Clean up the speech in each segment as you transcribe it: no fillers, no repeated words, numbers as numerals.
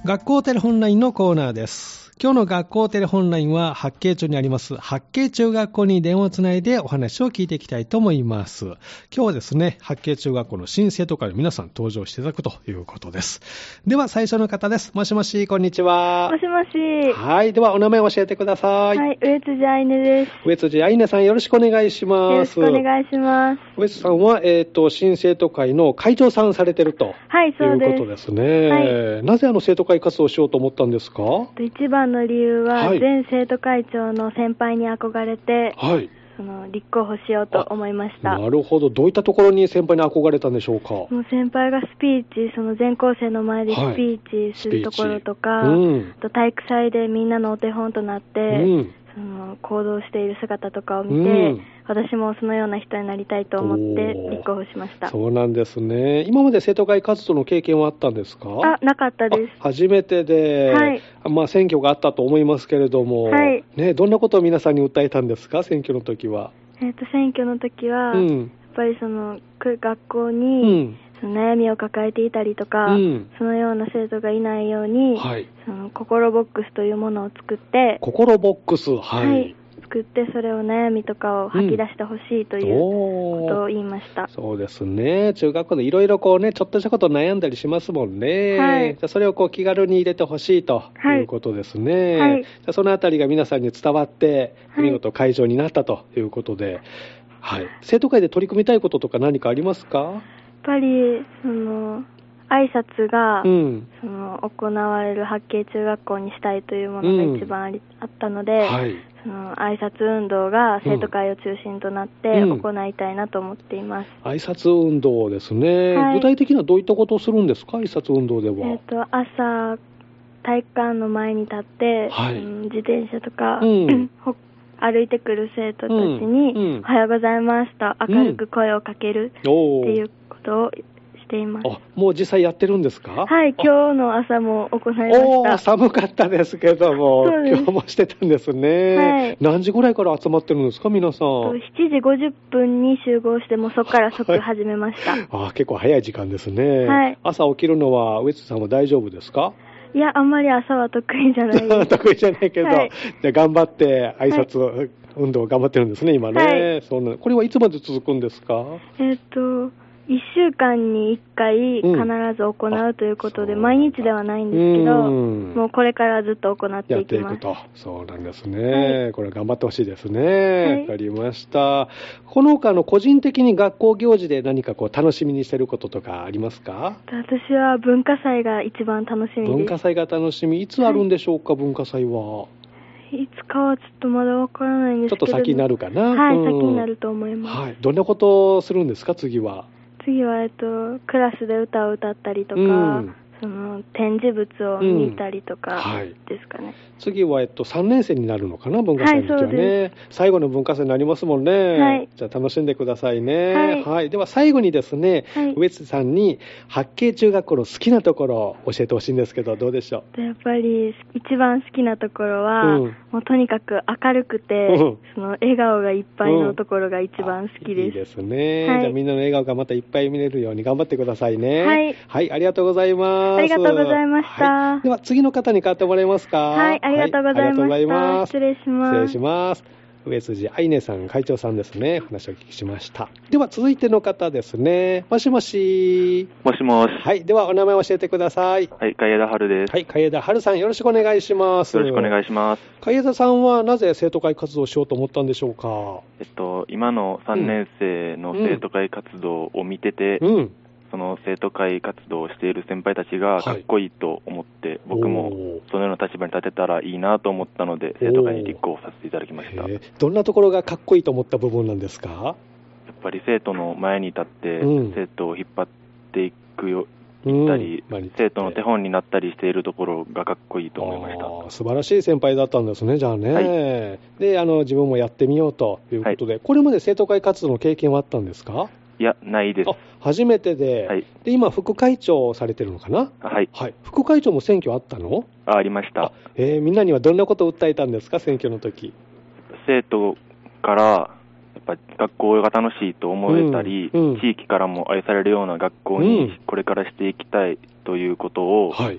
学校テレホンラインのコーナーです。今日の学校テレホンラインは八景町にあります八景中学校に電話をつないでお話を聞いていきたいと思います。今日はですね、八景中学校の新生徒会の皆さん登場していただくということです。では最初の方です。もしもし、こんにちは。 もしもし。 はい。ではお名前を教えてください。 はい。上辻愛音です。 上辻愛音さん、よろしくお願いします。 よろしくお願いします。 上辻さんは、新生徒会の会長さんされてると、 はい、そうです。 いうことですね。はい。なぜ生徒会活動をしようと思ったんですか？ 一番の理由は、はい、前生徒会長の先輩に憧れて、はい、立候補しようと思いました。 なるほど。どういったところに先輩に憧れたんでしょうか？ もう先輩がスピーチ、全校生の前でスピーチするところとか、あと体育祭でみんなのお手本となって、行動している姿とかを見て、私もそのような人になりたいと思って立候補しました。 そうなんですね。今まで生徒会活動の経験はあったんですか？ なかったです。 初めてで、はい、選挙があったと思いますけれども、はい、ね、どんなことを皆さんに訴えたんですか、選挙の時は？ 選挙の時は、やっぱり学校に、悩みを抱えていたりとか、そのような生徒がいないように、はい、心ボックスというものを作って、 心ボックス、はい、 作ってそれを悩みとかを吐き出してほしいということを言いました。 そうですね。中学校でいろいろちょっとしたこと悩んだりしますもんね。はい、じゃそれを気軽に入れてほしいということですね。はい、じゃそのあたりが皆さんに伝わって、見事会場になったということで、はい、生徒会で取り組みたいこととか何かありますか？ やっぱり挨拶が、行われる八景中学校にしたいというものが一番あったので、はい、挨拶運動が生徒会を中心となって行いたいなと思っています。 挨拶運動ですね、はい、具体的にはどういったことをするんですか、挨拶運動では？ 朝体育館の前に立って、はい、自転車とか、歩いてくる生徒たちに、おはようございますと明るく声をかけるっていうことをしています。 もう実際やってるんですか？ はい、今日の朝も行いました。 寒かったですけども、今日もしてたんですね。はい、何時ぐらいから集まってるんですか、皆さん？7 時50分に集合して、もうそこから即始めました。 結構早い時間ですね。はい、朝起きるのは上津さんは大丈夫ですか？ いや、あんまり朝は得意じゃないです。 得意じゃないけど、はい、じゃあ頑張って挨拶、運動を頑張ってるんですね、今ね。はい、これはいつまで続くんですか ？1週間に1回必ず行うということで、毎日ではないんですけど、もうこれからずっと行っていきます。 やっていくと。そうなんですね。はい、これ頑張ってほしいですね。わかりました。この他個人的に学校行事で何か楽しみにしてることとかありますか？ 私は文化祭が一番楽しみです。 文化祭が楽しみ。いつあるんでしょうか、文化祭は？ いつかはちょっとまだわからないんですけど。 ちょっと先になるかな。 はい、先になると思います。 はい。どんなことをするんですか、次は？ 次は、クラスで歌を歌ったりとか、展示物を見たりとかですかね。はい、 次は、3年生になるのかな、文化祭の時はね。最後の文化祭になりますもんね。はい、じゃあ楽しんでくださいね。はい。はい、では最後にですね、上津さんに八景中学校の好きなところを教えてほしいんですけど、どうでしょう？ やっぱり一番好きなところは、もうとにかく明るくて、笑顔がいっぱいのところが一番好きです。いいですね。はい、じゃあみんなの笑顔がまたいっぱい見れるように頑張ってくださいね。はい。はい、ありがとうございます。 ありがとうございました。 はい、では次の方に代わってもらえますか？ はい、ありがとうございました。失礼します。 失礼します。上辻愛音さん、会長さんですね。話をお聞きしました。では続いての方ですね。もしもし。 もしもし。 はい、ではお名前を教えてください。 はい、海江田春です。 はい、海江田春さん、よろしくお願いします。 よろしくお願いします。 海江田さんはなぜ生徒会活動をしようと思ったんでしょうか？ 今の3年生の生徒会活動を見てて、その生徒会活動をしている先輩たちがかっこいいと思って、僕もそのような立場に立てたらいいなと思ったので、生徒会に立候補させていただきました。 どんなところがかっこいいと思った部分なんですか？ やっぱり生徒の前に立って、生徒を引っ張っていくよ行ったり、生徒の手本になったりしているところがかっこいいと思いました。 素晴らしい先輩だったんですね、じゃあね。はい、で、自分もやってみようということで、これまで生徒会活動の経験はあったんですか？ いや、ないです。 初めてで、で、今、副会長をされてるのかな？ はい。 副会長も選挙あったの？ ありました。 みんなにはどんなことを訴えたんですか、選挙の時？ 生徒から、やっぱ学校が楽しいと思えたり、地域からも愛されるような学校にこれからしていきたいということを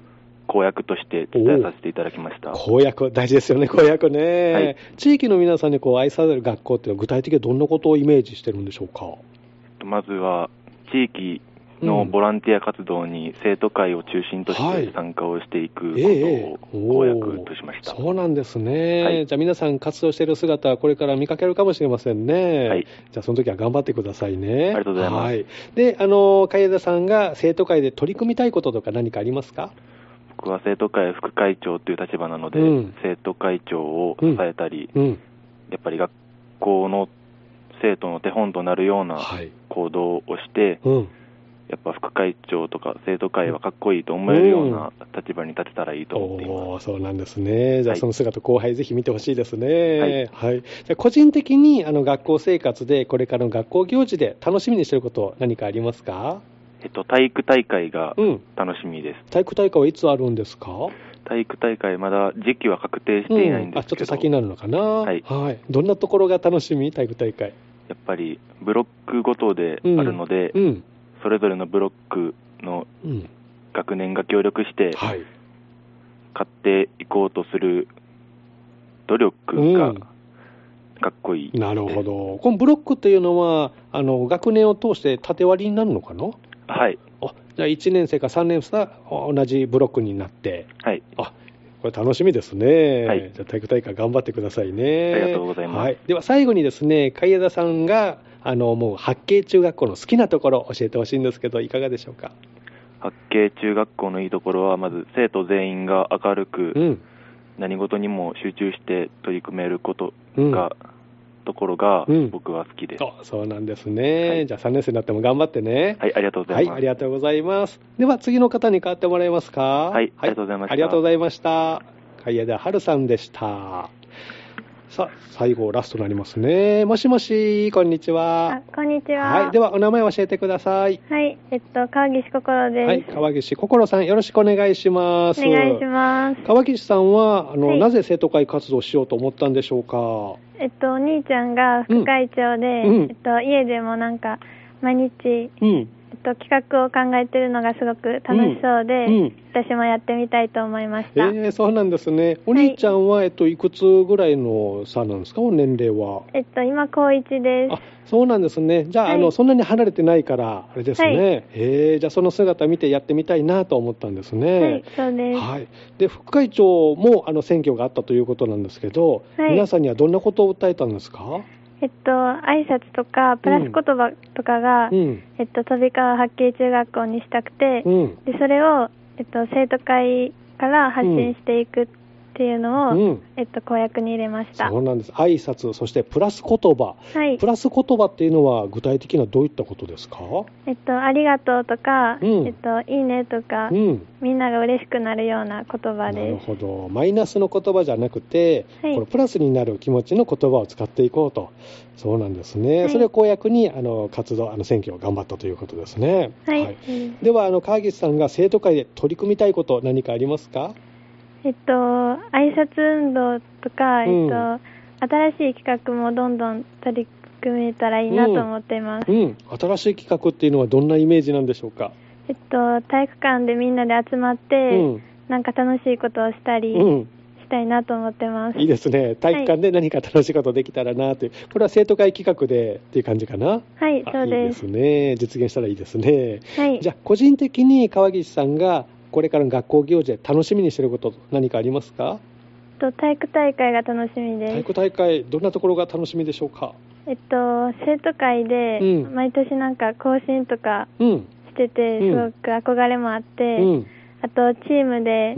公約として伝えさせていただきました。 公約、大事ですよね、公約ね。はい、地域の皆さんに愛される学校っていうのは具体的にどんなことをイメージしてるんでしょうか。 まずは地域のボランティア活動に生徒会を中心として参加をしていくことを公約としました。 そうなんですね。じゃあ皆さん活動している姿はこれから見かけるかもしれませんね。じゃあその時は頑張ってくださいね。 ありがとうございます。 で、海江田さんが生徒会で取り組みたいこととか何かありますか？ 僕は生徒会副会長という立場なので、生徒会長を支えたり、やっぱり学校の生徒の手本となるような行動をして、やっぱ副会長とか生徒会はかっこいいと思えるような立場に立てたらいいと思っています。 そうなんですね。じゃあその姿、後輩ぜひ見てほしいですね。じゃあ個人的に学校生活でこれからの学校行事で楽しみにしていること何かありますか？ 体育大会が楽しみです。 体育大会はいつあるんですか？ 体育大会まだ時期は確定していないんですけど、 ちょっと先になるのかな。どんなところが楽しみ？体育大会。 やっぱりブロックごとであるので、それぞれのブロックの学年が協力して勝っていこうとする努力がかっこいい。 なるほど。このブロックっていうのは学年を通して縦割りになるのかな？ はい。 じゃあ1年生か3年生は同じブロックになって、これ楽しみですね。じゃあ体育大会頑張ってくださいね。 ありがとうございます。 では最後にですね、海江田さんがもう八景中学校の好きなところ教えてほしいんですけど、いかがでしょうか？ 八景中学校のいいところは、まず生徒全員が明るく、何事にも集中して取り組めることが、ところが僕は好きです。 そうなんですね。じゃあ3年生になっても頑張ってね。 ありがとうございます。 ありがとうございます。では次の方に代わってもらえますか？ ありがとうございました。 ありがとうございました。海江田春さんでした。さあ、最後ラストになりますね。もしもし、こんにちは。 こんにちは。 ではお名前を教えてください。 川岸心です。 川岸心さん、よろしくお願いします。 お願いします。 川岸さんはなぜ生徒会活動をしようと思ったんでしょうか？ お兄ちゃんが副会長で、家でもなんか毎日、企画を考えてるのがすごく楽しそうで、私もやってみたいと思いました。 そうなんですね。お兄ちゃんは、いくつぐらいの差なんですか？年齢は。 今高1です。 そうなんですね。じゃあ、そんなに離れてないからあれですね。じゃあその姿見てやってみたいなと思ったんですね。 そうです。 で、副会長も選挙があったということなんですけど、皆さんにはどんなことを訴えたんですか？ 挨拶とかプラス言葉とかが、飛川八景中学校にしたくて、でそれを、生徒会から発信していくっていうのを、公約に入れました。 そうなんです。挨拶、そしてプラス言葉。プラス言葉っていうのは具体的にはどういったことですか？ ありがとうとか、いいねとか、みんなが嬉しくなるような言葉です。 なるほど。マイナスの言葉じゃなくて、このプラスになる気持ちの言葉を使っていこうと。そうなんですね。それを公約に活動、選挙を頑張ったということですね。では川岸さんが生徒会で取り組みたいこと何かありますか？ 挨拶運動とか、新しい企画もどんどん取り組めたらいいなと思っています。 新しい企画っていうのはどんなイメージなんでしょうか？ 体育館でみんなで集まって、なんか楽しいことをしたりしたいなと思ってます。 いいですね。体育館で何か楽しいことできたらなという、これは生徒会企画でっていう感じかな？ そうです。 いいですね。実現したらいいですね。じゃあ個人的に川岸さんがこれからの学校行事で楽しみにしていること何かありますか？ 体育大会が楽しみです。 体育大会、どんなところが楽しみでしょうか？ 生徒会で毎年なんか更新とかしてて、すごく憧れもあって、あとチームで、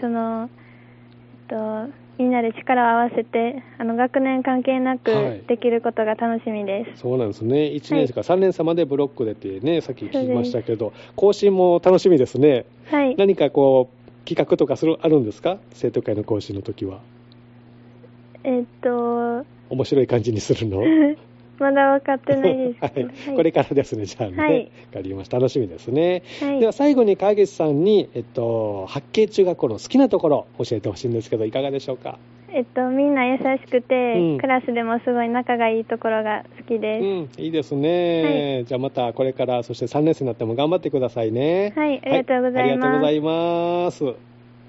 みんなで力を合わせて学年関係なくできることが楽しみです。 そうなんですね。1年生から3年生までブロックでってね、さっき聞きましたけど、更新も楽しみですね。何か企画とかあるんですか？生徒会の更新の時は。面白い感じにするの？ まだ分かってないです。これからですね、じゃあね。わかりました。楽しみですね。では最後に川岸さんに、八景中学校の好きなところ教えてほしいんですけど、いかがでしょうか？ みんな優しくて、クラスでもすごい仲がいいところが好きです。 いいですね。じゃあまたこれから、そして3年生になっても頑張ってくださいね。 ありがとうございます。 ありがとうございます。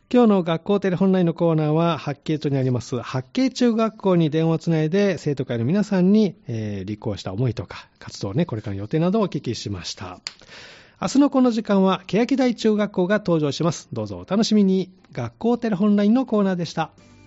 今日の学校テレホンラインのコーナーは、八景町にあります八景中学校に電話をつないで、生徒会の皆さんに、立候補した思いとか、活動ね、これからの予定などをお聞きしました。明日のこの時間は、欅台中学校が登場します。どうぞお楽しみに。学校テレホンラインのコーナーでした。